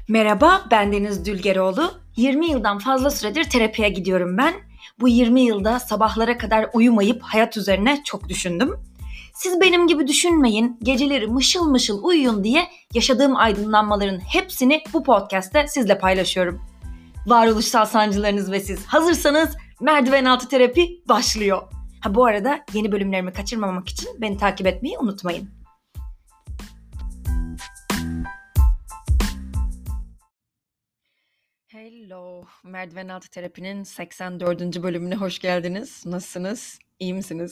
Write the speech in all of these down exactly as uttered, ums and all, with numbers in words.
Merhaba, ben Deniz Dülgeroğlu. yirmi yıldan fazla süredir terapiye gidiyorum ben. Bu yirmi yılda sabahlara kadar uyumayıp hayat üzerine çok düşündüm. Siz benim gibi düşünmeyin, geceleri mışıl mışıl uyuyun diye yaşadığım aydınlanmaların hepsini bu podcast'te sizle paylaşıyorum. Varoluşsal sancılarınız ve siz hazırsanız merdiven altı terapi başlıyor. Ha bu arada yeni bölümlerimi kaçırmamak için beni takip etmeyi unutmayın. Hello, merdiven altı terapinin seksen dördüncü bölümüne hoş geldiniz. Nasılsınız? İyi misiniz?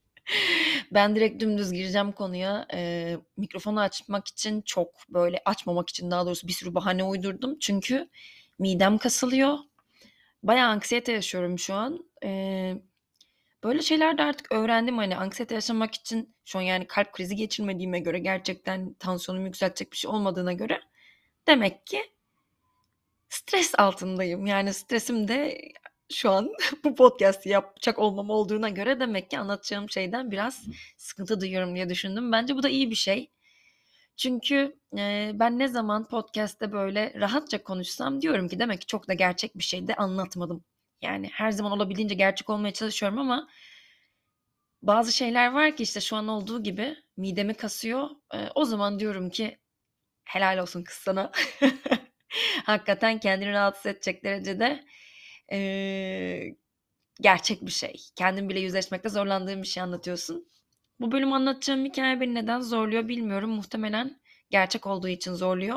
Ben direkt dümdüz gireceğim konuya. Ee, mikrofonu açmak için çok böyle açmamak için daha doğrusu bir sürü bahane uydurdum. Çünkü midem kasılıyor. Bayağı anksiyete yaşıyorum şu an. Ee, böyle şeyler de artık öğrendim. Hani anksiyete yaşamak için şu an yani kalp krizi geçirmediğime göre gerçekten tansiyonumu yükseltecek bir şey olmadığına göre demek ki stres altındayım. Yani stresim de şu an bu podcast'i yapacak olmam olduğuna göre demek ki anlatacağım şeyden biraz sıkıntı duyuyorum diye düşündüm. Bence bu da iyi bir şey. Çünkü e, ben ne zaman podcast'te böyle rahatça konuşsam diyorum ki demek ki çok da gerçek bir şey de anlatmadım. Yani her zaman olabildiğince gerçek olmaya çalışıyorum ama bazı şeyler var ki işte şu an olduğu gibi midemi kasıyor. E, o zaman diyorum ki helal olsun kız sana. Hakikaten kendini rahatsız edecek derecede eee, gerçek bir şey. Kendin bile yüzleşmekte zorlandığın bir şey anlatıyorsun. Bu bölüm anlatacağım hikaye beni neden zorluyor bilmiyorum. Muhtemelen gerçek olduğu için zorluyor.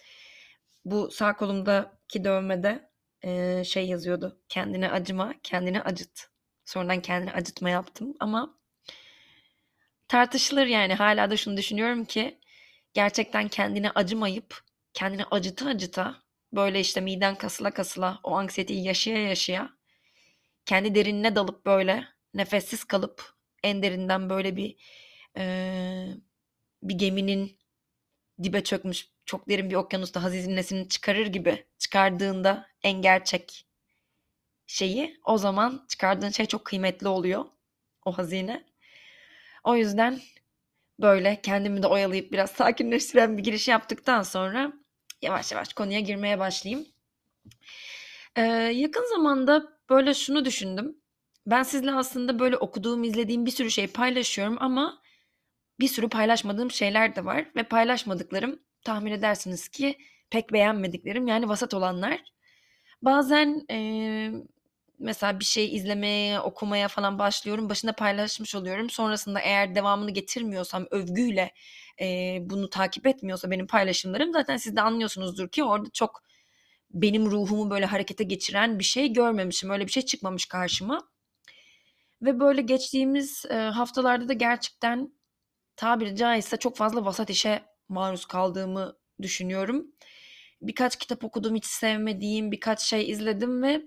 Bu sağ kolumdaki dövmede eee, şey yazıyordu. Kendine acıma, kendine acıt. Sonradan kendine acıtma yaptım ama tartışılır yani. Hala da şunu düşünüyorum ki gerçekten kendine acımayıp kendine acıta acıta böyle işte miden kasıla kasıla o anksiyeteyi yaşaya yaşaya kendi derinine dalıp böyle nefessiz kalıp en derinden böyle bir eee, bir geminin dibe çökmüş çok derin bir okyanusta hazinesini çıkarır gibi çıkardığında en gerçek şeyi o zaman çıkardığın şey çok kıymetli oluyor o hazine. O yüzden böyle kendimi de oyalayıp biraz sakinleştiren bir giriş yaptıktan sonra yavaş yavaş konuya girmeye başlayayım. Ee, yakın zamanda böyle şunu düşündüm. Ben sizle aslında böyle okuduğum, izlediğim bir sürü şey paylaşıyorum ama bir sürü paylaşmadığım şeyler de var ve paylaşmadıklarım tahmin edersiniz ki pek beğenmediklerim yani vasat olanlar. Bazen eee, mesela bir şey izlemeye, okumaya falan başlıyorum. Başında paylaşmış oluyorum. Sonrasında eğer devamını getirmiyorsam, övgüyle eee, bunu takip etmiyorsa benim paylaşımlarım zaten siz de anlıyorsunuzdur ki orada çok benim ruhumu böyle harekete geçiren bir şey görmemişim. Öyle bir şey çıkmamış karşıma. Ve böyle geçtiğimiz eee, haftalarda da gerçekten tabiri caizse çok fazla vasat işe maruz kaldığımı düşünüyorum. Birkaç kitap okudum, hiç sevmediğim birkaç şey izledim ve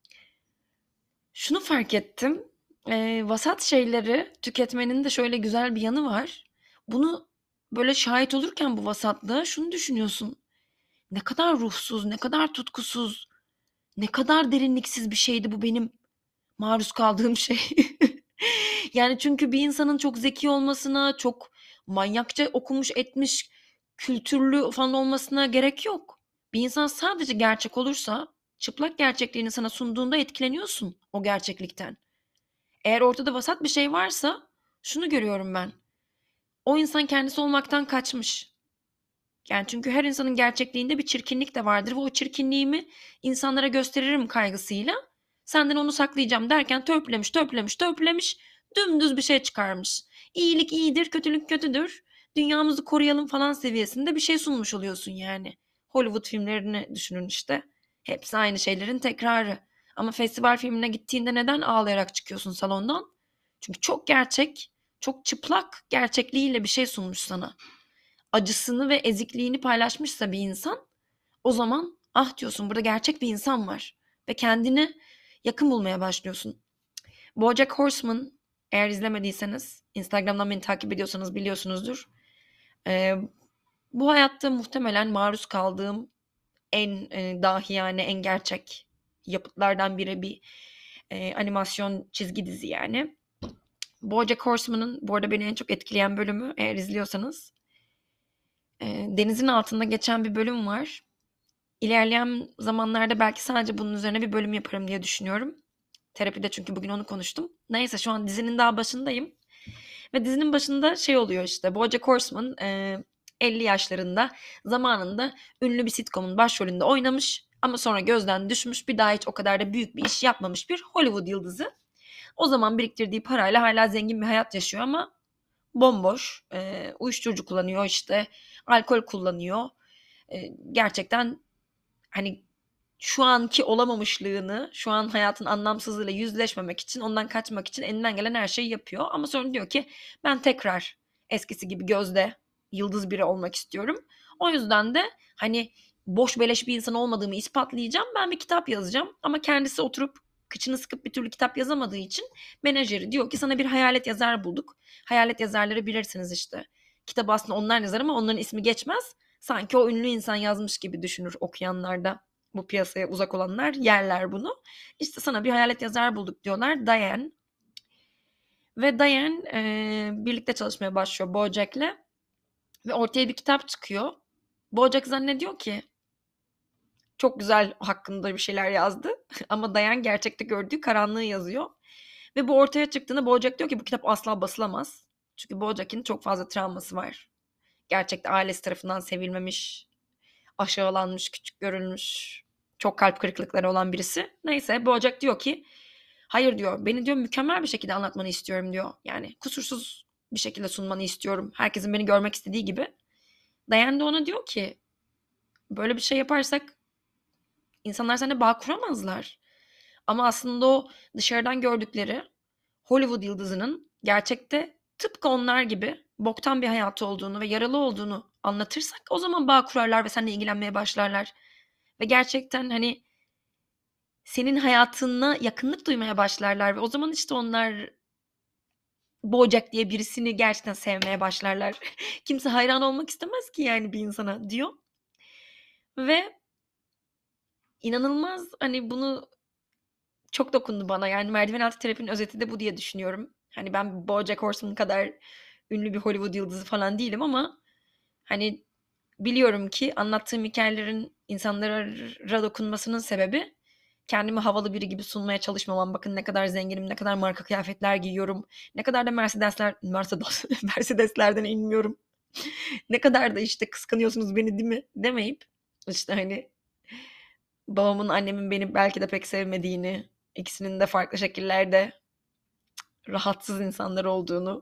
şunu fark ettim. Eee, vasat şeyleri tüketmenin de şöyle güzel bir yanı var. Bunu böyle şahit olurken bu vasatlığa şunu düşünüyorsun. Ne kadar ruhsuz, ne kadar tutkusuz, ne kadar derinliksiz bir şeydi bu benim maruz kaldığım şey. Yani çünkü bir insanın çok zeki olmasına, çok manyakça okumuş etmiş, kültürlü falan olmasına gerek yok. Bir insan sadece gerçek olursa, çıplak gerçekliğini sana sunduğunda etkileniyorsun o gerçeklikten. Eğer ortada vasat bir şey varsa şunu görüyorum ben. O insan kendisi olmaktan kaçmış. Yani çünkü her insanın gerçekliğinde bir çirkinlik de vardır ve o çirkinliğimi insanlara gösteririm kaygısıyla senden onu saklayacağım derken törpülemiş, törpülemiş, törpülemiş, dümdüz bir şey çıkarmış. İyilik iyidir, kötülük kötüdür. Dünyamızı koruyalım falan seviyesinde bir şey sunmuş oluyorsun yani. Hollywood filmlerini düşünün işte. Hepsi aynı şeylerin tekrarı. Ama festival filmine gittiğinde neden ağlayarak çıkıyorsun salondan? Çünkü çok gerçek, çok çıplak gerçekliğiyle bir şey sunmuş sana. Acısını ve ezikliğini paylaşmışsa bir insan o zaman ah diyorsun burada gerçek bir insan var ve kendini yakın bulmaya başlıyorsun. BoJack Horseman eğer izlemediyseniz Instagram'dan beni takip ediyorsanız biliyorsunuzdur. Ee, bu hayatta muhtemelen maruz kaldığım en e, dahiyane en gerçek yapıtlardan biri bir e, animasyon çizgi dizi yani. BoJack Horseman'ın bu arada beni en çok etkileyen bölümü eğer izliyorsanız e, denizin altında geçen bir bölüm var. İlerleyen zamanlarda belki sadece bunun üzerine bir bölüm yaparım diye düşünüyorum. Terapide çünkü bugün onu konuştum. Neyse şu an dizinin daha başındayım. Ve dizinin başında şey oluyor işte. BoJack Horseman e, elli yaşlarında zamanında ünlü bir sitcomun başrolünde oynamış. Ama sonra gözden düşmüş, bir daha hiç o kadar da büyük bir iş yapmamış bir Hollywood yıldızı. O zaman biriktirdiği parayla hala zengin bir hayat yaşıyor ama bomboş. E, uyuşturucu kullanıyor işte. Alkol kullanıyor. E, gerçekten hani şu anki olamamışlığını, şu an hayatın anlamsızlığıyla yüzleşmemek için, ondan kaçmak için elinden gelen her şeyi yapıyor. Ama sonra diyor ki ben tekrar eskisi gibi gözde yıldız biri olmak istiyorum. O yüzden de hani boş beleş bir insan olmadığımı ispatlayacağım. Ben bir kitap yazacağım. Ama kendisi oturup kıçını sıkıp bir türlü kitap yazamadığı için menajeri diyor ki sana bir hayalet yazar bulduk. Hayalet yazarları bilirsiniz işte. Kitabı aslında onlar yazar ama onların ismi geçmez. Sanki o ünlü insan yazmış gibi düşünür okuyanlar da, bu piyasaya uzak olanlar yerler bunu. İşte sana bir hayalet yazar bulduk diyorlar, Diane. Ve Diane e, birlikte çalışmaya başlıyor BoJack'le. Ve ortaya bir kitap çıkıyor. BoJack zannediyor ki çok güzel hakkında bir şeyler yazdı. Ama Diane gerçekte gördüğü karanlığı yazıyor. Ve bu ortaya çıktığında BoJack diyor ki bu kitap asla basılamaz. Çünkü BoJack'in çok fazla travması var. Gerçekte ailesi tarafından sevilmemiş, aşağılanmış, küçük görülmüş, çok kalp kırıklıkları olan birisi. Neyse BoJack diyor ki hayır diyor, beni diyor mükemmel bir şekilde anlatmanı istiyorum diyor. Yani kusursuz bir şekilde sunmanı istiyorum. Herkesin beni görmek istediği gibi. Diane de ona diyor ki böyle bir şey yaparsak insanlar seninle bağ kuramazlar. Ama aslında o dışarıdan gördükleri Hollywood yıldızının gerçekte tıpkı onlar gibi boktan bir hayatı olduğunu ve yaralı olduğunu anlatırsak o zaman bağ kurarlar ve seninle ilgilenmeye başlarlar. Ve gerçekten hani senin hayatına yakınlık duymaya başlarlar ve o zaman işte onlar BoJack diye birisini gerçekten sevmeye başlarlar. Kimse hayran olmak istemez ki yani bir insana diyor. Ve inanılmaz hani bunu çok dokundu bana. Yani merdiven altı terapinin özeti de bu diye düşünüyorum. Hani ben BoJack Horseman kadar ünlü bir Hollywood yıldızı falan değilim ama hani biliyorum ki anlattığım hikayelerin insanlara dokunmasının sebebi kendimi havalı biri gibi sunmaya çalışmamam. Bakın ne kadar zenginim, ne kadar marka kıyafetler giyiyorum, ne kadar da Mercedesler, Mercedes, Mercedeslerden inmiyorum. Ne kadar da işte kıskanıyorsunuz beni değil mi demeyip işte hani babamın annemin beni belki de pek sevmediğini, ikisinin de farklı şekillerde rahatsız insanlar olduğunu,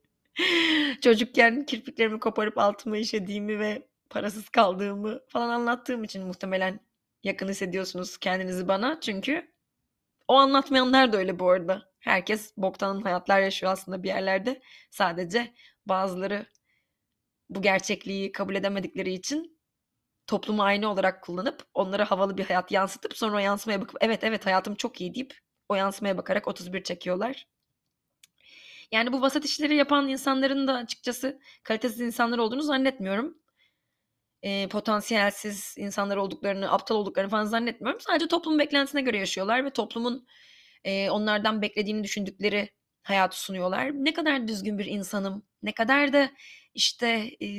çocukken kirpiklerimi koparıp altıma işediğimi ve parasız kaldığımı falan anlattığım için muhtemelen yakın hissediyorsunuz kendinizi bana. Çünkü o anlatmayanlar da öyle bu arada. Herkes boktan hayatlar yaşıyor aslında bir yerlerde. Sadece bazıları bu gerçekliği kabul edemedikleri için toplumu ayna olarak kullanıp onlara havalı bir hayat yansıtıp sonra o yansımaya bakıp evet evet hayatım çok iyi deyip o yansımaya bakarak otuz bir çekiyorlar. Yani bu vasat işleri yapan insanların da açıkçası kalitesiz insanlar olduğunu zannetmiyorum. E, potansiyelsiz insanlar olduklarını, aptal olduklarını falan zannetmiyorum. Sadece toplumun beklentisine göre yaşıyorlar ve toplumun e, onlardan beklediğini düşündükleri hayatı sunuyorlar. Ne kadar düzgün bir insanım, ne kadar da işte e,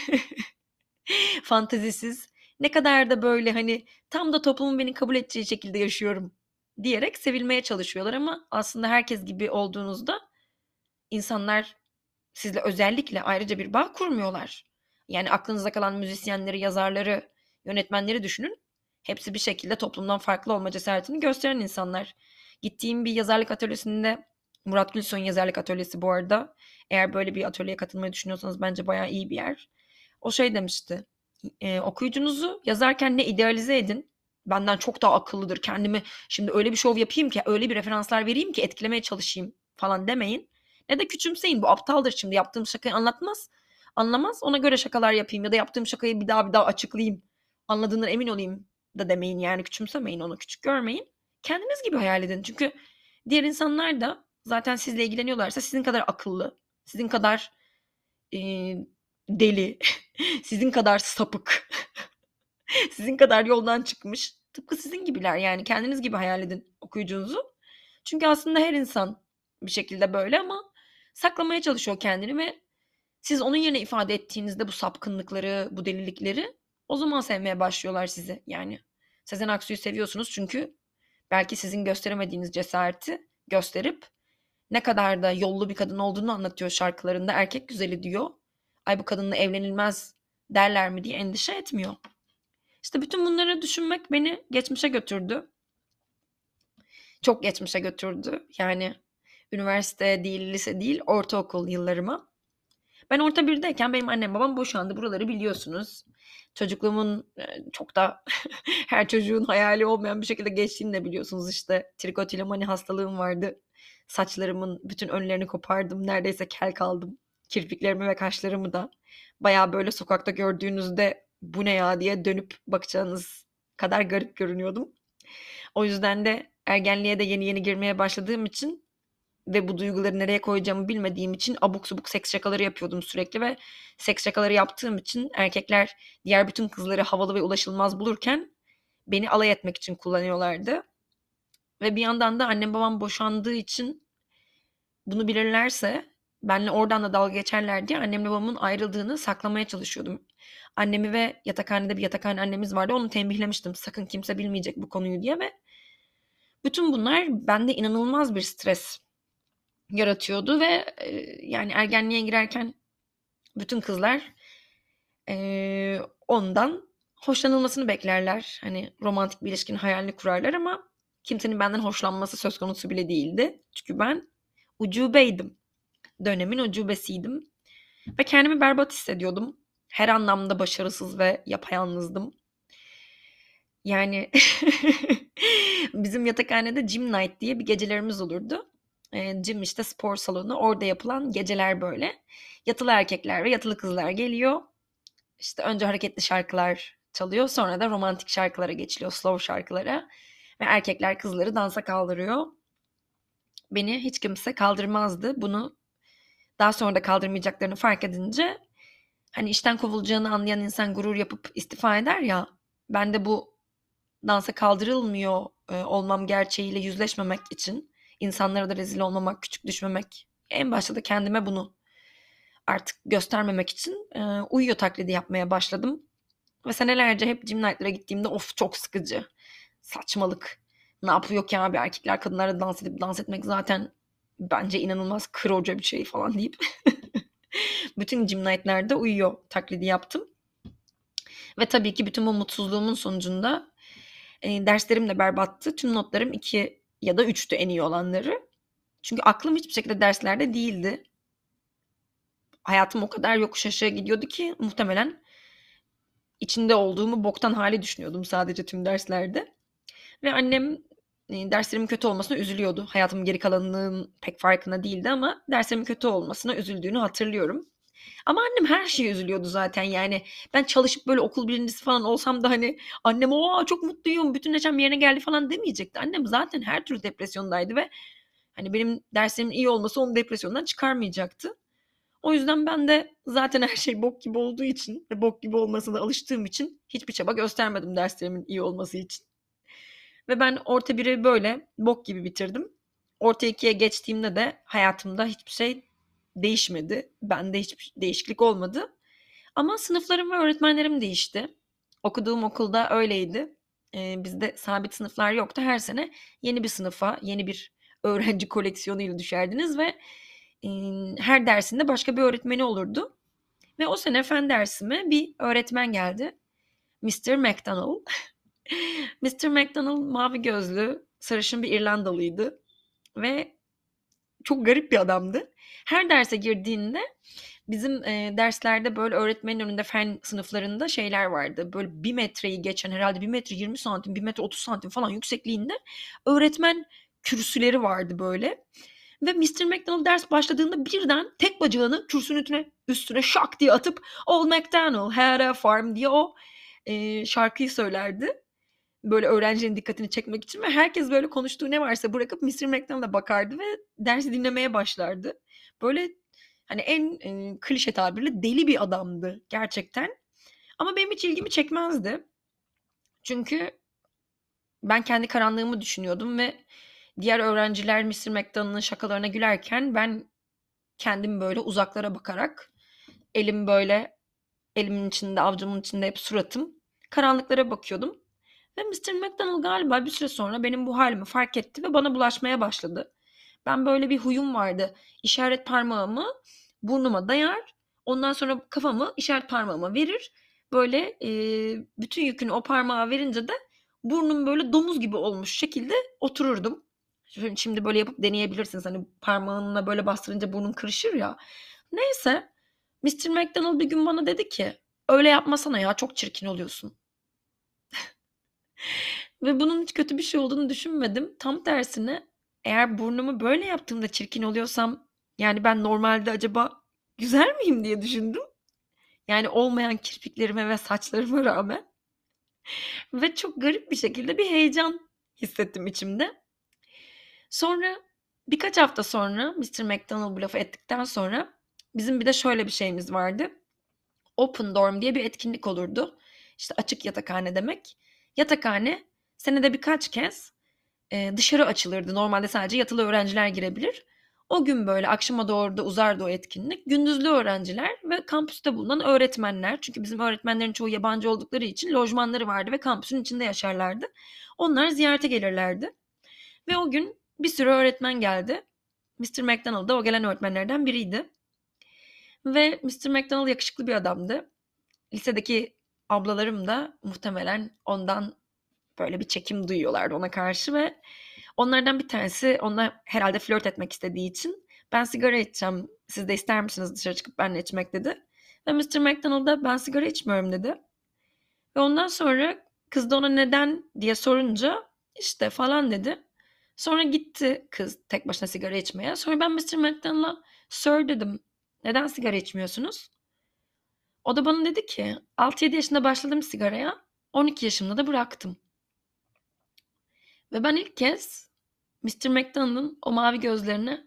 fantezisiz, ne kadar da böyle hani tam da toplumun beni kabul edeceği şekilde yaşıyorum diyerek sevilmeye çalışıyorlar ama aslında herkes gibi olduğunuzda insanlar sizle özellikle ayrıca bir bağ kurmuyorlar. Yani aklınıza kalan müzisyenleri, yazarları, yönetmenleri düşünün. Hepsi bir şekilde toplumdan farklı olma cesaretini gösteren insanlar. Gittiğim bir yazarlık atölyesinde, Murat Gülsoy'un yazarlık atölyesi bu arada. Eğer böyle bir atölyeye katılmayı düşünüyorsanız bence bayağı iyi bir yer. O şey demişti. E, okuyucunuzu yazarken ne idealize edin. Benden çok daha akıllıdır. Kendimi şimdi öyle bir şov yapayım ki, öyle bir referanslar vereyim ki etkilemeye çalışayım falan demeyin. Ne de küçümseyin. Bu aptaldır şimdi yaptığım şakayı anlatmaz. Anlamaz. Ona göre şakalar yapayım ya da yaptığım şakayı bir daha bir daha açıklayayım. Anladığından emin olayım da demeyin yani küçümsemeyin onu küçük görmeyin. Kendiniz gibi hayal edin. Çünkü diğer insanlar da zaten sizle ilgileniyorlarsa sizin kadar akıllı, sizin kadar e, deli, sizin kadar sapık, sizin kadar yoldan çıkmış. Tıpkı sizin gibiler yani kendiniz gibi hayal edin okuyucunuzu. Çünkü aslında her insan bir şekilde böyle ama saklamaya çalışıyor kendini ve siz onun yerine ifade ettiğinizde bu sapkınlıkları, bu delilikleri O zaman sevmeye başlıyorlar sizi. Yani Sezen Aksu'yu seviyorsunuz çünkü belki sizin gösteremediğiniz cesareti gösterip ne kadar da yollu bir kadın olduğunu anlatıyor şarkılarında. Erkek güzeli diyor. Ay bu kadınla evlenilmez derler mi diye endişe etmiyor. İşte bütün bunları düşünmek beni geçmişe götürdü. Çok geçmişe götürdü. Yani üniversite değil, lise değil, ortaokul yıllarıma. Ben orta birdeyken benim annem babam boşandı. Buraları biliyorsunuz. Çocukluğumun çok da her çocuğun hayali olmayan bir şekilde geçtiğini de biliyorsunuz. İşte trikotilemani hastalığım vardı. Saçlarımın bütün önlerini kopardım. Neredeyse kel kaldım. Kirpiklerimi ve kaşlarımı da. Bayağı böyle sokakta gördüğünüzde bu ne ya diye dönüp bakacağınız kadar garip görünüyordum. O yüzden de ergenliğe de yeni yeni girmeye başladığım için ve bu duyguları nereye koyacağımı bilmediğim için abuk subuk seks şakaları yapıyordum sürekli ve seks şakaları yaptığım için erkekler diğer bütün kızları havalı ve ulaşılmaz bulurken beni alay etmek için kullanıyorlardı. Ve bir yandan da annem babam boşandığı için bunu bilirlerse benle oradan da dalga geçerler diye annemle babamın ayrıldığını saklamaya çalışıyordum. Annemi ve yatakhanede bir yatakhane annemiz vardı. Onu tembihlemiştim. Sakın kimse bilmeyecek bu konuyu diye ve bütün bunlar bende inanılmaz bir stres yaratıyordu ve e, yani ergenliğe girerken bütün kızlar e, ondan hoşlanılmasını beklerler. Hani romantik bir ilişkinin hayalini kurarlar ama kimsenin benden hoşlanması söz konusu bile değildi. Çünkü ben ucubeydim. Dönemin ucubesiydim. Ve kendimi berbat hissediyordum. Her anlamda başarısız ve yapayalnızdım. Yani bizim yatakhanede gym night diye bir gecelerimiz olurdu. E, gym işte spor salonu. Orada yapılan geceler böyle. Yatılı erkekler ve yatılı kızlar geliyor. İşte önce hareketli şarkılar çalıyor. Sonra da romantik şarkılara geçiliyor. Slow şarkılara. Ve erkekler kızları dansa kaldırıyor. Beni hiç kimse kaldırmazdı. Bunu daha sonra da kaldırmayacaklarını fark edince hani işten kovulacağını anlayan insan gurur yapıp istifa eder ya. Ben de bu dansa kaldırılmıyor e, olmam gerçeğiyle yüzleşmemek için, insanlara da rezil olmamak, küçük düşmemek, en başta da kendime bunu artık göstermemek için e, uyuyor taklidi yapmaya başladım. Ve senelerce hep gym night'lara gittiğimde of çok sıkıcı, saçmalık, ne yapıyor ki abi erkekler kadınlarla dans edip dans etmek zaten bence inanılmaz kıroca bir şey falan deyip bütün gym night'larda uyuyor taklidi yaptım. Ve tabii ki bütün bu mutsuzluğumun sonucunda e, derslerim de berbattı. Tüm notlarım iki ya da üçtü en iyi olanları. Çünkü aklım hiçbir şekilde derslerde değildi. Hayatım o kadar yokuş aşağı gidiyordu ki muhtemelen içinde olduğumu boktan hali düşünüyordum sadece tüm derslerde. Ve annem e, derslerimin kötü olmasına üzülüyordu. Hayatımın geri kalanının pek farkında değildi ama derslerimin kötü olmasına üzüldüğünü hatırlıyorum. Ama annem her şeye üzülüyordu zaten yani. Ben çalışıp böyle okul birincisi falan olsam da hani annem o çok mutluyum bütün neşem yerine geldi falan demeyecekti. Annem zaten her türlü depresyondaydı ve hani benim derslerimin iyi olması onu depresyondan çıkarmayacaktı. O yüzden ben de zaten her şey bok gibi olduğu için ve bok gibi olmasına alıştığım için hiçbir çaba göstermedim derslerimin iyi olması için. Ve ben orta biri böyle bok gibi bitirdim. Orta ikiye geçtiğimde de hayatımda hiçbir şey değişmedi. Bende hiçbir değişiklik olmadı. Ama sınıflarım ve öğretmenlerim değişti. Okuduğum okulda öyleydi. Ee, bizde sabit sınıflar yoktu. Her sene yeni bir sınıfa, yeni bir öğrenci koleksiyonuyla düşerdiniz ve e, her dersinde başka bir öğretmeni olurdu. Ve o sene fen dersime bir öğretmen geldi. mister McDonald. mister McDonald mavi gözlü, sarışın bir İrlandalıydı. Ve çok garip bir adamdı. Her derse girdiğinde bizim e, derslerde böyle öğretmenin önünde fen sınıflarında şeyler vardı. Böyle bir metreyi geçen herhalde bir metre yirmi santim, bir metre otuz santim falan yüksekliğinde öğretmen kürsüleri vardı böyle. Ve mister McDonald ders başladığında birden tek bacağını kürsünün üstüne, üstüne şak diye atıp Old MacDonald had a farm diye o e, şarkıyı söylerdi. Böyle öğrencilerin dikkatini çekmek için ve herkes böyle konuştuğu ne varsa bırakıp mister McDonald'a bakardı ve dersi dinlemeye başlardı. Böyle hani en e, klişe tabirle deli bir adamdı gerçekten. Ama benim hiç ilgimi çekmezdi. Çünkü ben kendi karanlığımı düşünüyordum ve diğer öğrenciler mister McDonald'ın şakalarına gülerken ben kendim böyle uzaklara bakarak elim böyle Elimin içinde, avucumun içinde hep suratım. Karanlıklara bakıyordum. Ve mister McDonald galiba bir süre sonra benim bu halimi fark etti ve bana bulaşmaya başladı. Ben böyle bir huyum vardı. İşaret parmağımı burnuma dayar. Ondan sonra kafamı işaret parmağıma verir. Böyle e, bütün yükünü o parmağa verince de burnum böyle domuz gibi olmuş şekilde otururdum. Şimdi böyle yapıp deneyebilirsiniz. Hani parmağınla böyle bastırınca burnun kırışır ya. Neyse. mister McDonald bir gün bana dedi ki öyle yapmasana ya, çok çirkin oluyorsun. Ve bunun hiç kötü bir şey olduğunu düşünmedim. Tam tersine eğer burnumu böyle yaptığımda çirkin oluyorsam yani ben normalde acaba güzel miyim diye düşündüm. Yani olmayan kirpiklerime ve saçlarıma rağmen. Ve çok garip bir şekilde bir heyecan hissettim içimde. Sonra birkaç hafta sonra mister McDonald bu lafı ettikten sonra bizim bir de şöyle bir şeyimiz vardı. Open Dorm diye bir etkinlik olurdu. İşte açık yatakhane demek. Yatakhane senede birkaç kez e, dışarı açılırdı. Normalde sadece yatılı öğrenciler girebilir. O gün böyle akşama doğru da uzardı o etkinlik. Gündüzlü öğrenciler ve kampüste bulunan öğretmenler. Çünkü bizim öğretmenlerin çoğu yabancı oldukları için lojmanları vardı ve kampüsün içinde yaşarlardı. Onlar ziyarete gelirlerdi. Ve o gün bir sürü öğretmen geldi. mister McDonald da o gelen öğretmenlerden biriydi. Ve mister McDonald yakışıklı bir adamdı. Lisedeki ablalarım da muhtemelen ondan böyle bir çekim duyuyorlardı ona karşı ve onlardan bir tanesi onunla herhalde flört etmek istediği için ben sigara içeceğim, siz de ister misiniz dışarı çıkıp benimle içmek dedi. Ve mister McDonald da ben sigara içmiyorum dedi. Ve ondan sonra kız da ona neden diye sorunca işte falan dedi. Sonra gitti kız tek başına sigara içmeye. Sonra ben mister McDonald'a sir dedim, neden sigara içmiyorsunuz? O da bana dedi ki altı yedi yaşında başladım sigaraya, on iki yaşımda da bıraktım. Ve ben ilk kez mister McDonald'ın o mavi gözlerine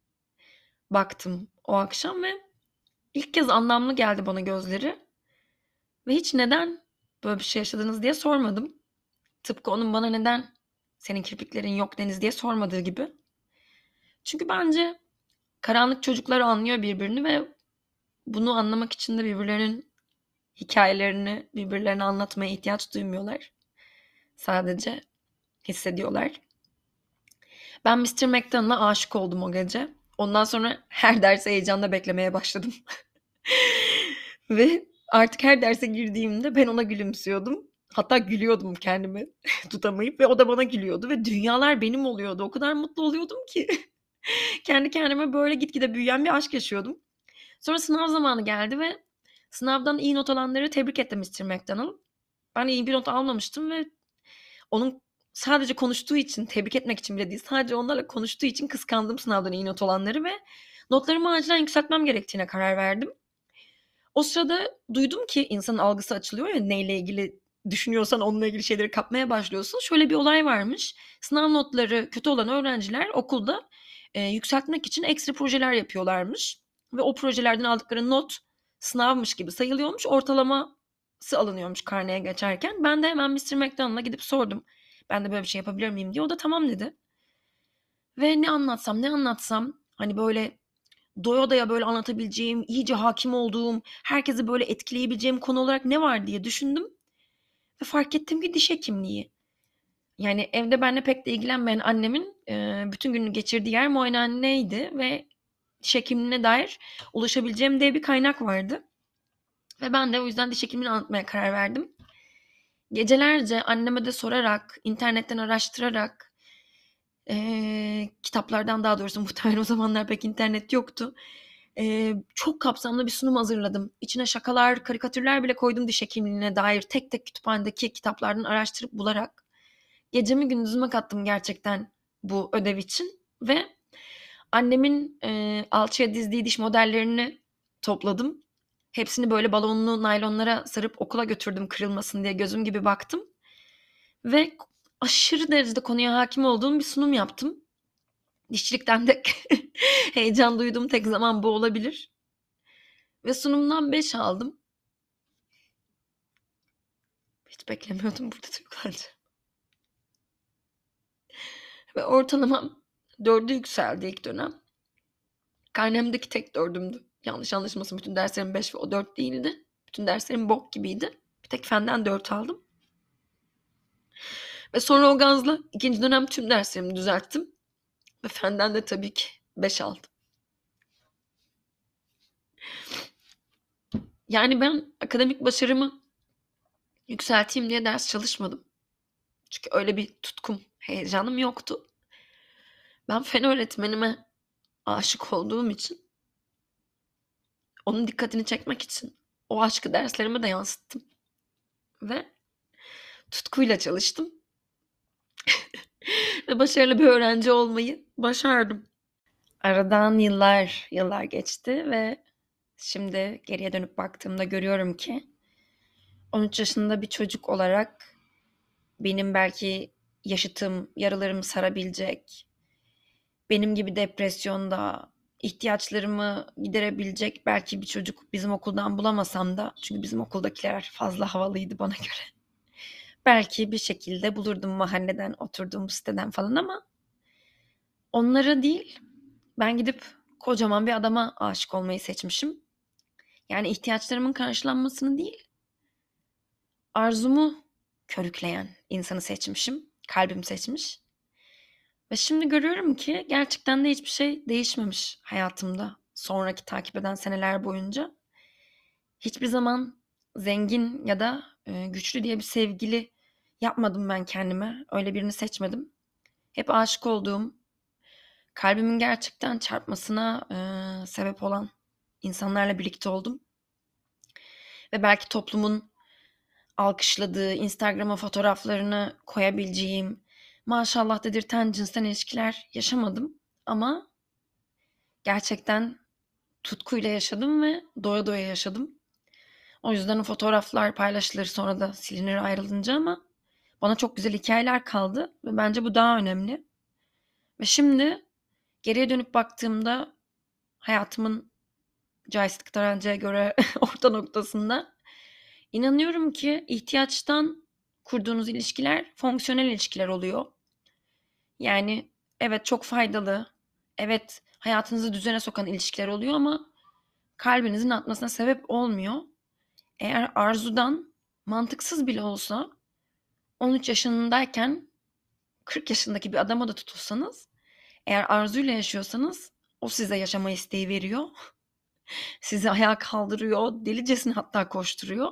baktım o akşam ve ilk kez anlamlı geldi bana gözleri. Ve hiç neden böyle bir şey yaşadınız diye sormadım. Tıpkı onun bana neden senin kirpiklerin yok Deniz diye sormadığı gibi. Çünkü bence karanlık çocuklar anlıyor birbirini ve bunu anlamak için de birbirlerinin hikayelerini birbirlerine anlatmaya ihtiyaç duymuyorlar. Sadece hissediyorlar. Ben mister McDonald'a aşık oldum o gece. Ondan sonra her derse heyecanla beklemeye başladım. Ve artık her derse girdiğimde ben ona gülümsüyordum. Hatta gülüyordum kendimi tutamayıp ve o da bana gülüyordu ve dünyalar benim oluyordu. O kadar mutlu oluyordum ki. Kendi kendime böyle gitgide büyüyen bir aşk yaşıyordum. Sonra sınav zamanı geldi ve sınavdan iyi not alanları tebrik etti mister McDonald. Ben iyi bir not almamıştım ve onun sadece konuştuğu için, tebrik etmek için bile değil, sadece onlarla konuştuğu için kıskandım sınavdan iyi not alanları ve notlarımı acilen yükseltmem gerektiğine karar verdim. O sırada duydum ki insanın algısı açılıyor ya, neyle ilgili düşünüyorsan onunla ilgili şeyleri kapmaya başlıyorsun. Şöyle bir olay varmış. Sınav notları kötü olan öğrenciler okulda e, yükseltmek için ekstra projeler yapıyorlarmış. Ve o projelerden aldıkları not sınavmış gibi sayılıyormuş. Ortalaması alınıyormuş karneye geçerken. Ben de hemen mister McDonald'a gidip sordum. Ben de böyle bir şey yapabilir miyim diye. O da tamam dedi. Ve ne anlatsam ne anlatsam hani böyle doya doya böyle anlatabileceğim, iyice hakim olduğum, herkesi böyle etkileyebileceğim konu olarak ne var diye düşündüm. Ve fark ettim ki diş hekimliği. Yani evde benimle pek de ilgilenmeyen annemin e, bütün gününü geçirdiği yer muayenehaneydi ve diş hekimliğine dair ulaşabileceğim dev bir kaynak vardı. Ve ben de o yüzden diş hekimliğini anlatmaya karar verdim. Gecelerce anneme de sorarak, internetten araştırarak, e, kitaplardan daha doğrusu muhtemelen o zamanlar pek internet yoktu. E, çok kapsamlı bir sunum hazırladım. İçine şakalar, karikatürler bile koydum diş hekimliğine dair tek tek kütüphanedeki kitaplardan araştırıp bularak. Gecemi gündüzüme kattım gerçekten bu ödev için ve annemin e, alçıya dizdiği diş modellerini topladım. Hepsini böyle balonlu naylonlara sarıp okula götürdüm kırılmasın diye gözüm gibi baktım. Ve aşırı derecede konuya hakim olduğum bir sunum yaptım. Dişçilikten de heyecan duyduğum tek zaman bu olabilir. Ve sunumdan beş aldım. Hiç beklemiyordum burada duygulanacağım. Ve ortalamam dörde yükseldi ilk dönem. Karnemdeki tek dördümdü. Yanlış anlaşılmasın, bütün derslerim beş ve o dört değildi. Bütün derslerim bok gibiydi. Bir tek fenden dört aldım. Ve sonra o gazla ikinci dönem tüm derslerimi düzelttim. Ve fenden de tabii ki beş aldım. Yani ben akademik başarımı yükselteyim diye ders çalışmadım. Çünkü öyle bir tutkum, heyecanım yoktu. Ben fen öğretmenime aşık olduğum için, onun dikkatini çekmek için o aşkı derslerime de yansıttım. Ve tutkuyla çalıştım. Ve başarılı bir öğrenci olmayı başardım. Aradan yıllar, yıllar geçti ve şimdi geriye dönüp baktığımda görüyorum ki on üç yaşında bir çocuk olarak benim belki yaşıtım, yaralarımı sarabilecek, benim gibi depresyonda ihtiyaçlarımı giderebilecek belki bir çocuk bizim okuldan bulamasam da, çünkü bizim okuldakiler fazla havalıydı bana göre. Belki bir şekilde bulurdum mahalleden, oturduğum siteden falan, ama onlara değil, ben gidip kocaman bir adama aşık olmayı seçmişim. Yani ihtiyaçlarımın karşılanmasını değil, arzumu körükleyen insanı seçmişim. Kalbim seçmiş. Ve şimdi görüyorum ki gerçekten de hiçbir şey değişmemiş hayatımda. Sonraki takip eden seneler boyunca. Hiçbir zaman zengin ya da e, güçlü diye bir sevgili yapmadım ben kendime. Öyle birini seçmedim. Hep aşık olduğum, kalbimin gerçekten çarpmasına e, sebep olan insanlarla birlikte oldum. Ve belki toplumun alkışladığı, Instagram'a fotoğraflarını koyabileceğim, maşallah dedirten cinsten ilişkiler yaşamadım. Ama gerçekten tutkuyla yaşadım ve doya doya yaşadım. O yüzden o fotoğraflar paylaşılır, sonra da silinir ayrılınca, ama bana çok güzel hikayeler kaldı ve bence bu daha önemli. Ve şimdi geriye dönüp baktığımda hayatımın joystick tarancaya göre orta noktasında inanıyorum ki ihtiyaçtan kurduğunuz ilişkiler fonksiyonel ilişkiler oluyor. Yani evet, çok faydalı, evet hayatınızı düzene sokan ilişkiler oluyor, ama kalbinizin atmasına sebep olmuyor. Eğer arzudan, mantıksız bile olsa, on üç yaşındayken kırk yaşındaki bir adama da tutulsanız, eğer arzuyla yaşıyorsanız o size yaşama isteği veriyor. Sizi ayağa kaldırıyor, delicesine hatta koşturuyor.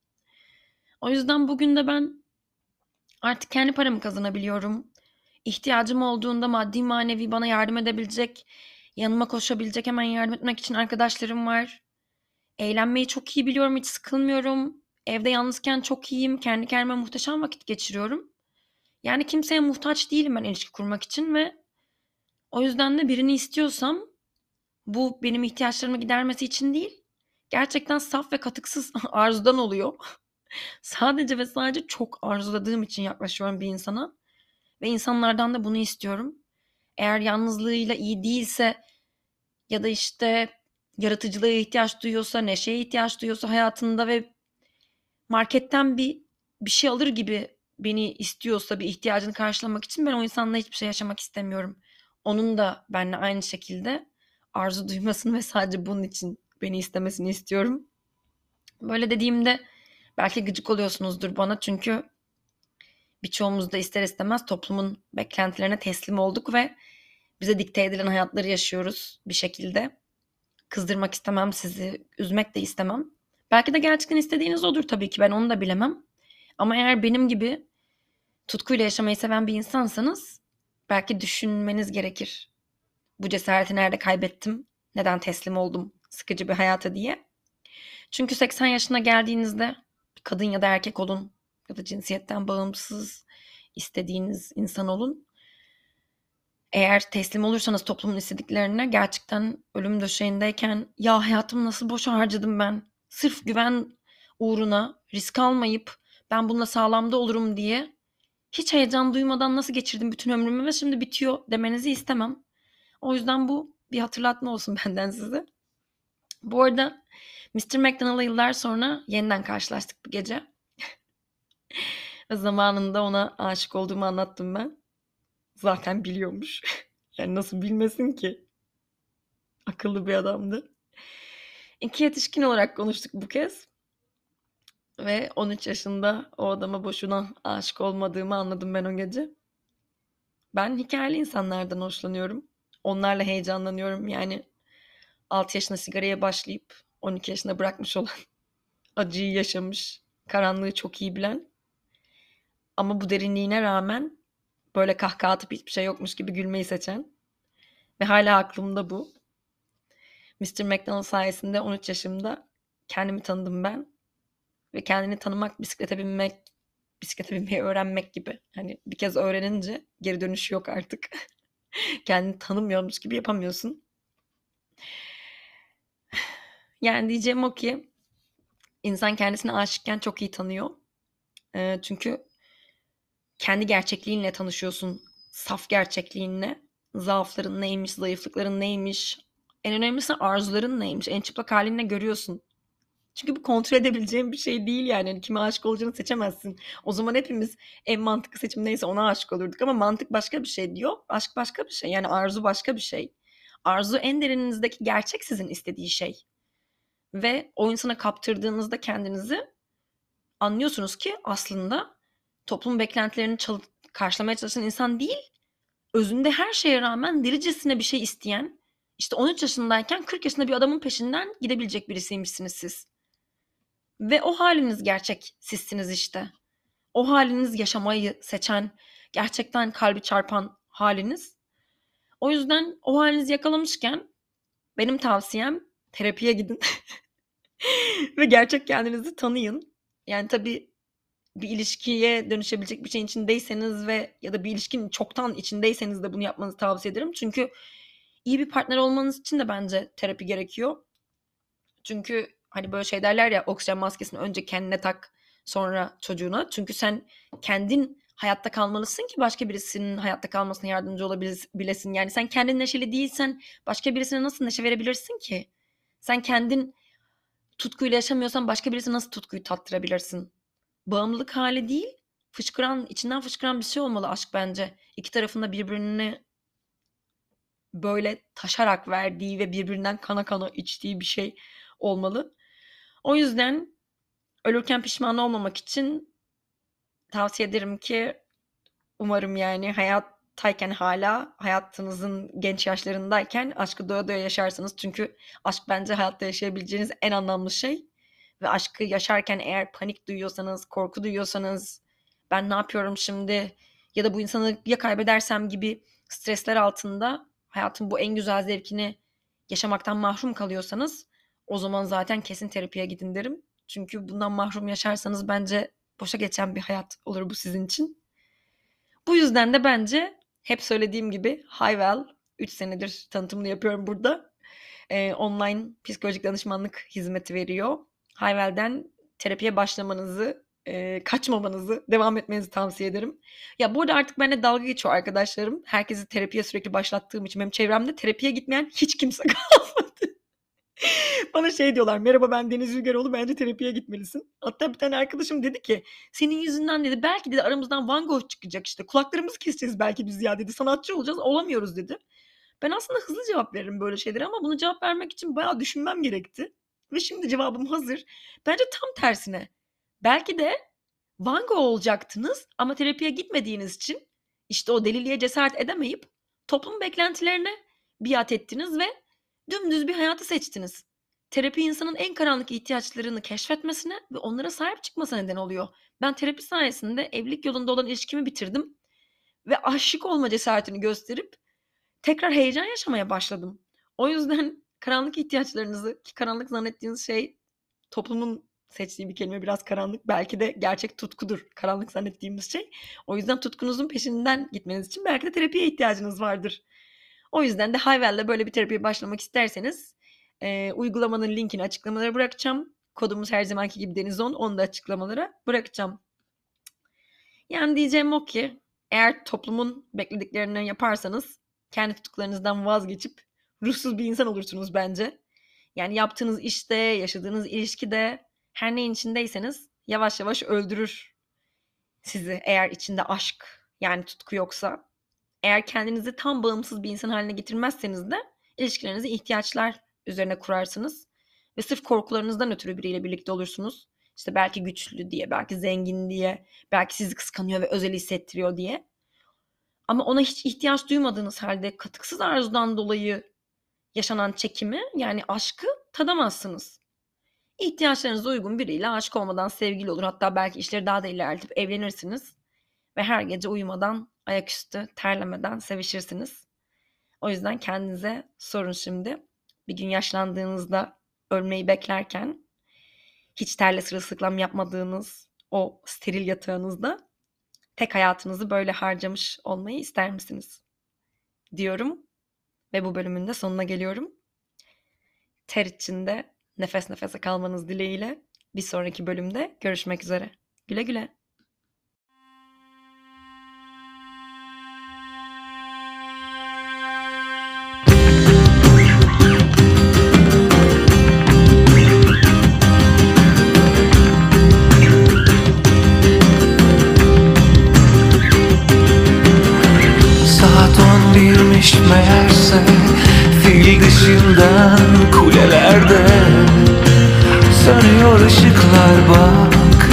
O yüzden bugün de ben artık kendi paramı kazanabiliyorum. İhtiyacım olduğunda maddi manevi bana yardım edebilecek, yanıma koşabilecek, hemen yardım etmek için arkadaşlarım var. Eğlenmeyi çok iyi biliyorum, hiç sıkılmıyorum. Evde yalnızken çok iyiyim, kendi kendime muhteşem vakit geçiriyorum. Yani kimseye muhtaç değilim ben ilişki kurmak için ve o yüzden de birini istiyorsam bu benim ihtiyaçlarımı gidermesi için değil, gerçekten saf ve katıksız arzudan oluyor. Sadece ve sadece çok arzuladığım için yaklaşıyorum bir insana ve insanlardan da bunu istiyorum. Eğer yalnızlığıyla iyi değilse ya da işte yaratıcılığa ihtiyaç duyuyorsa, neşeye ihtiyaç duyuyorsa hayatında ve marketten bir bir şey alır gibi beni istiyorsa bir ihtiyacını karşılamak için, ben o insanla hiçbir şey yaşamak istemiyorum. Onun da benimle aynı şekilde arzu duymasını ve sadece bunun için beni istemesini istiyorum. Böyle dediğimde belki gıcık oluyorsunuzdur bana, çünkü birçoğumuz da ister istemez toplumun beklentilerine teslim olduk ve bize dikte edilen hayatları yaşıyoruz bir şekilde. Kızdırmak istemem sizi, üzmek de istemem. Belki de gerçekten istediğiniz odur tabii ki, ben onu da bilemem. Ama eğer benim gibi tutkuyla yaşamayı seven bir insansanız belki düşünmeniz gerekir. Bu cesareti nerede kaybettim? Neden teslim oldum sıkıcı bir hayata diye. Çünkü seksen yaşına geldiğinizde, kadın ya da erkek olun ya da cinsiyetten bağımsız istediğiniz insan olun, eğer teslim olursanız toplumun istediklerine, gerçekten ölüm döşeğindeyken ya hayatımı nasıl boşa harcadım ben, sırf güven uğruna risk almayıp ben bununla sağlamda olurum diye hiç heyecan duymadan nasıl geçirdim bütün ömrümü ve şimdi bitiyor demenizi istemem. O yüzden bu bir hatırlatma olsun benden size. Bu arada mister McDonald'la yıllar sonra yeniden karşılaştık bir gece. Ve zamanında ona aşık olduğumu anlattım ben. Zaten biliyormuş. Yani nasıl bilmesin ki? Akıllı bir adamdı. İki yetişkin olarak konuştuk bu kez. Ve on üç yaşında o adama boşuna aşık olmadığımı anladım ben o gece. Ben hikâyeli insanlardan hoşlanıyorum. Onlarla heyecanlanıyorum. Yani altı yaşında sigaraya başlayıp on iki yaşında bırakmış olan, acıyı yaşamış, karanlığı çok iyi bilen ama bu derinliğine rağmen böyle kahkaha atıp hiçbir şey yokmuş gibi gülmeyi seçen ve hala aklımda bu. mister McDonald sayesinde on üç yaşımda kendimi tanıdım ben ve kendini tanımak, bisiklete binmek, bisiklete binmeyi öğrenmek gibi. Hani bir kez öğrenince geri dönüşü yok artık. Kendini tanımıyormuş gibi yapamıyorsun. Yani diyeceğim o ki insan kendisini aşıkken çok iyi tanıyor. Ee, çünkü kendi gerçekliğinle tanışıyorsun. Saf gerçekliğinle. Zaafların neymiş, zayıflıkların neymiş. En önemlisi arzuların neymiş. En çıplak halinle görüyorsun. Çünkü bu kontrol edebileceğin bir şey değil yani. Hani kime aşık olacağını seçemezsin. O zaman hepimiz en mantıklı seçim neyse ona aşık olurduk. Ama mantık başka bir şey diyor. Aşk başka bir şey. Yani arzu başka bir şey. Arzu en derinizdeki gerçek sizin istediği şey. Ve o insana kaptırdığınızda kendinizi anlıyorsunuz ki aslında toplum beklentilerini çal- karşılamaya çalışan insan değil, özünde her şeye rağmen delicesine bir şey isteyen, işte on üç yaşındayken kırk yaşında bir adamın peşinden gidebilecek birisiymişsiniz siz. Ve o haliniz gerçek sizsiniz işte. O haliniz yaşamayı seçen, gerçekten kalbi çarpan haliniz. O yüzden o halinizi yakalamışken benim tavsiyem terapiye gidin ve gerçek kendinizi tanıyın. Yani tabii bir ilişkiye dönüşebilecek bir şeyin içindeyseniz ve ya da bir ilişkinin çoktan içindeyseniz de bunu yapmanızı tavsiye ederim. Çünkü iyi bir partner olmanız için de bence terapi gerekiyor. Çünkü hani böyle şey derler ya, oksijen maskesini önce kendine tak sonra çocuğuna. Çünkü sen kendin hayatta kalmalısın ki başka birisinin hayatta kalmasına yardımcı olabilesin. Yani sen kendin neşeli değilsen başka birisine nasıl neşe verebilirsin ki? Sen kendin tutkuyla yaşamıyorsan başka birisine nasıl tutkuyu tattırabilirsin? Bağımlılık hali değil, fışkıran, içinden fışkıran bir şey olmalı aşk bence. İki tarafın da birbirini böyle taşarak verdiği ve birbirinden kana kana içtiği bir şey olmalı. O yüzden ölürken pişman olmamak için tavsiye ederim ki umarım yani hayattayken hala hayatınızın genç yaşlarındayken aşkı doya doya yaşarsınız. Çünkü aşk bence hayatta yaşayabileceğiniz en anlamlı şey. Ve aşkı yaşarken eğer panik duyuyorsanız, korku duyuyorsanız, ben ne yapıyorum şimdi ya da bu insanı ya kaybedersem gibi stresler altında hayatın bu en güzel zevkini yaşamaktan mahrum kalıyorsanız o zaman zaten kesin terapiye gidin derim. Çünkü bundan mahrum yaşarsanız bence boşa geçen bir hayat olur bu sizin için. Bu yüzden de bence hep söylediğim gibi Hayvel, üç senedir tanıtımını yapıyorum burada. Ee, online psikolojik danışmanlık hizmeti veriyor. Hayvel'den terapiye başlamanızı, e, kaçmamanızı, devam etmenizi tavsiye ederim. Ya burada artık benimle dalga geçiyor arkadaşlarım. Herkesi terapiye sürekli başlattığım için benim çevremde terapiye gitmeyen hiç kimse kalmadı. Bana şey diyorlar, merhaba ben Deniz Ülgeroğlu, bence terapiye gitmelisin. Hatta bir tane arkadaşım dedi ki, senin yüzünden dedi belki dedi aramızdan Van Gogh çıkacak işte, kulaklarımızı keseceğiz belki biz ya dedi, sanatçı olacağız, olamıyoruz dedi. Ben aslında hızlı cevap veririm böyle şeylere ama bunu cevap vermek için bayağı düşünmem gerekti. Ve şimdi cevabım hazır. Bence tam tersine. Belki de Van Gogh olacaktınız ama terapiye gitmediğiniz için işte o deliliğe cesaret edemeyip toplum beklentilerine biat ettiniz ve dümdüz bir hayatı seçtiniz. Terapi insanın en karanlık ihtiyaçlarını keşfetmesine ve onlara sahip çıkmasına neden oluyor. Ben terapi sayesinde evlilik yolunda olan ilişkimi bitirdim ve aşık olma cesaretini gösterip tekrar heyecan yaşamaya başladım. O yüzden karanlık ihtiyaçlarınızı, ki karanlık zannettiğiniz şey toplumun seçtiği bir kelime, biraz karanlık. Belki de gerçek tutkudur karanlık zannettiğimiz şey. O yüzden tutkunuzun peşinden gitmeniz için belki de terapiye ihtiyacınız vardır. O yüzden de Hayvel'le böyle bir terapiye başlamak isterseniz e, uygulamanın linkini açıklamalara bırakacağım. Kodumuz her zamanki gibi Denizon. Onu da açıklamalara bırakacağım. Yani diyeceğim o ki eğer toplumun beklediklerini yaparsanız kendi tutkularınızdan vazgeçip ruhsuz bir insan olursunuz bence. Yani yaptığınız işte, yaşadığınız ilişkide her neyin içindeyseniz yavaş yavaş öldürür sizi eğer içinde aşk yani tutku yoksa. Eğer kendinizi tam bağımsız bir insan haline getirmezseniz de ilişkilerinizi ihtiyaçlar üzerine kurarsınız ve sırf korkularınızdan ötürü biriyle birlikte olursunuz. İşte belki güçlü diye, belki zengin diye, belki sizi kıskanıyor ve özel hissettiriyor diye. Ama ona hiç ihtiyaç duymadığınız halde katıksız arzudan dolayı yaşanan çekimi, yani aşkı tadamazsınız. İhtiyaçlarınıza uygun biriyle aşık olmadan sevgili olur. Hatta belki işleri daha da ilerletip evlenirsiniz. Ve her gece uyumadan, ayaküstü, terlemeden sevişirsiniz. O yüzden kendinize sorun şimdi. Bir gün yaşlandığınızda ölmeyi beklerken hiç terle sırılsıklam yapmadığınız o steril yatağınızda tek hayatınızı böyle harcamış olmayı ister misiniz? Diyorum ve bu bölümün de sonuna geliyorum. Ter içinde nefes nefese kalmanız dileğiyle bir sonraki bölümde görüşmek üzere. Güle güle. Meğerse fil dışından kulelerde sönüyor ışıklar bak.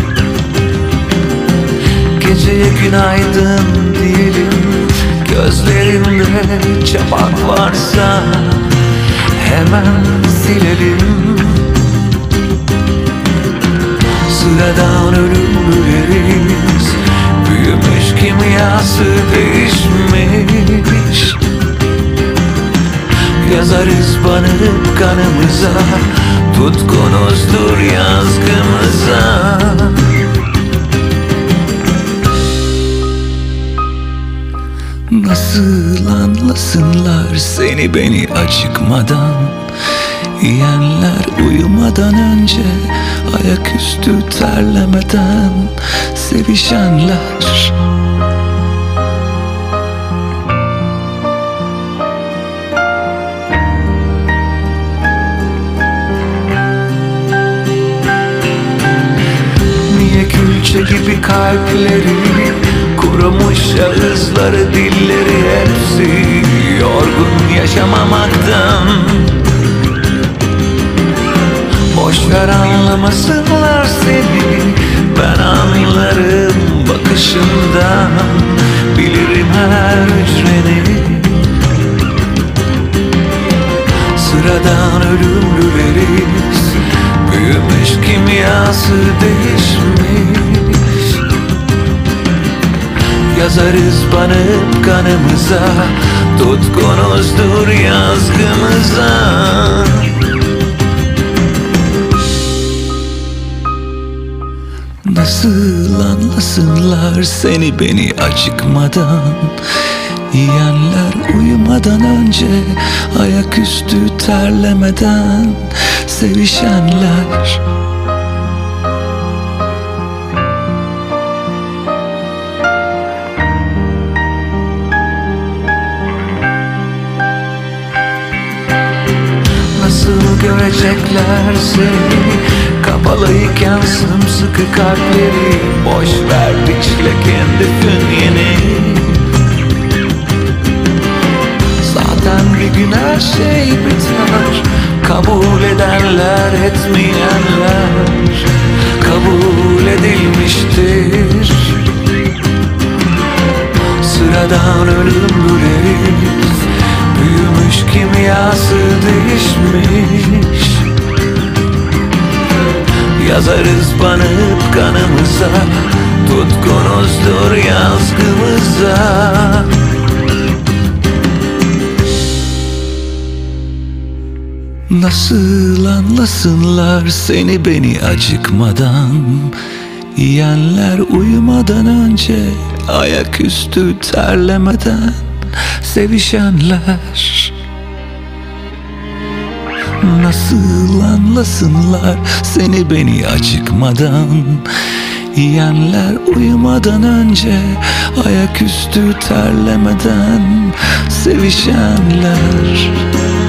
Geceye günaydın diyelim, gözlerimde çapak varsa hemen silelim. Sıradan ölümlüleriz, büyümüş kimyası değişmiş. Yazarız banıp kanımıza, tutkunuzdur yazgımıza. Nasıl anlasınlar seni beni acıkmadan, yiyenler uyumadan önce, ayaküstü terlemeden sevişenler. Gibi kalpleri, kurumuş ağızları, dilleri hepsi yorgun yaşamamaktan. Boşver anlamasınlar seni, ben anlarım bakışından, bilirim her hücreni. Sıradan ölümlüleriz, büyümüş kimyası değişmiş. Yazarız banıp kanımıza, tutkunuzdur yazgımıza. Nasıl anlasınlar seni beni acıkmadan, yiyenler uyumadan önce, ayaküstü terlemeden sevişenler. Nasıl görecekler seni, kapalıyken sımsıkı kalpleri. Boş ver dişle kendi fünyeni, zaten bir gün her şey biter. Kabul edenler, etmeyenler kabul edilmiştir. Sıradan ölümlüleriz, büyümüş kimyası değişmiş. Yazarız banıp kanımıza, tutkunuzdur yazgımıza. Nasıl anlasınlar seni beni acıkmadan, yiyenler uyumadan önce, ayaküstü terlemeden sevişenler. Nasıl anlasınlar seni beni acıkmadan, yiyenler uyumadan önce, ayaküstü terlemeden sevişenler.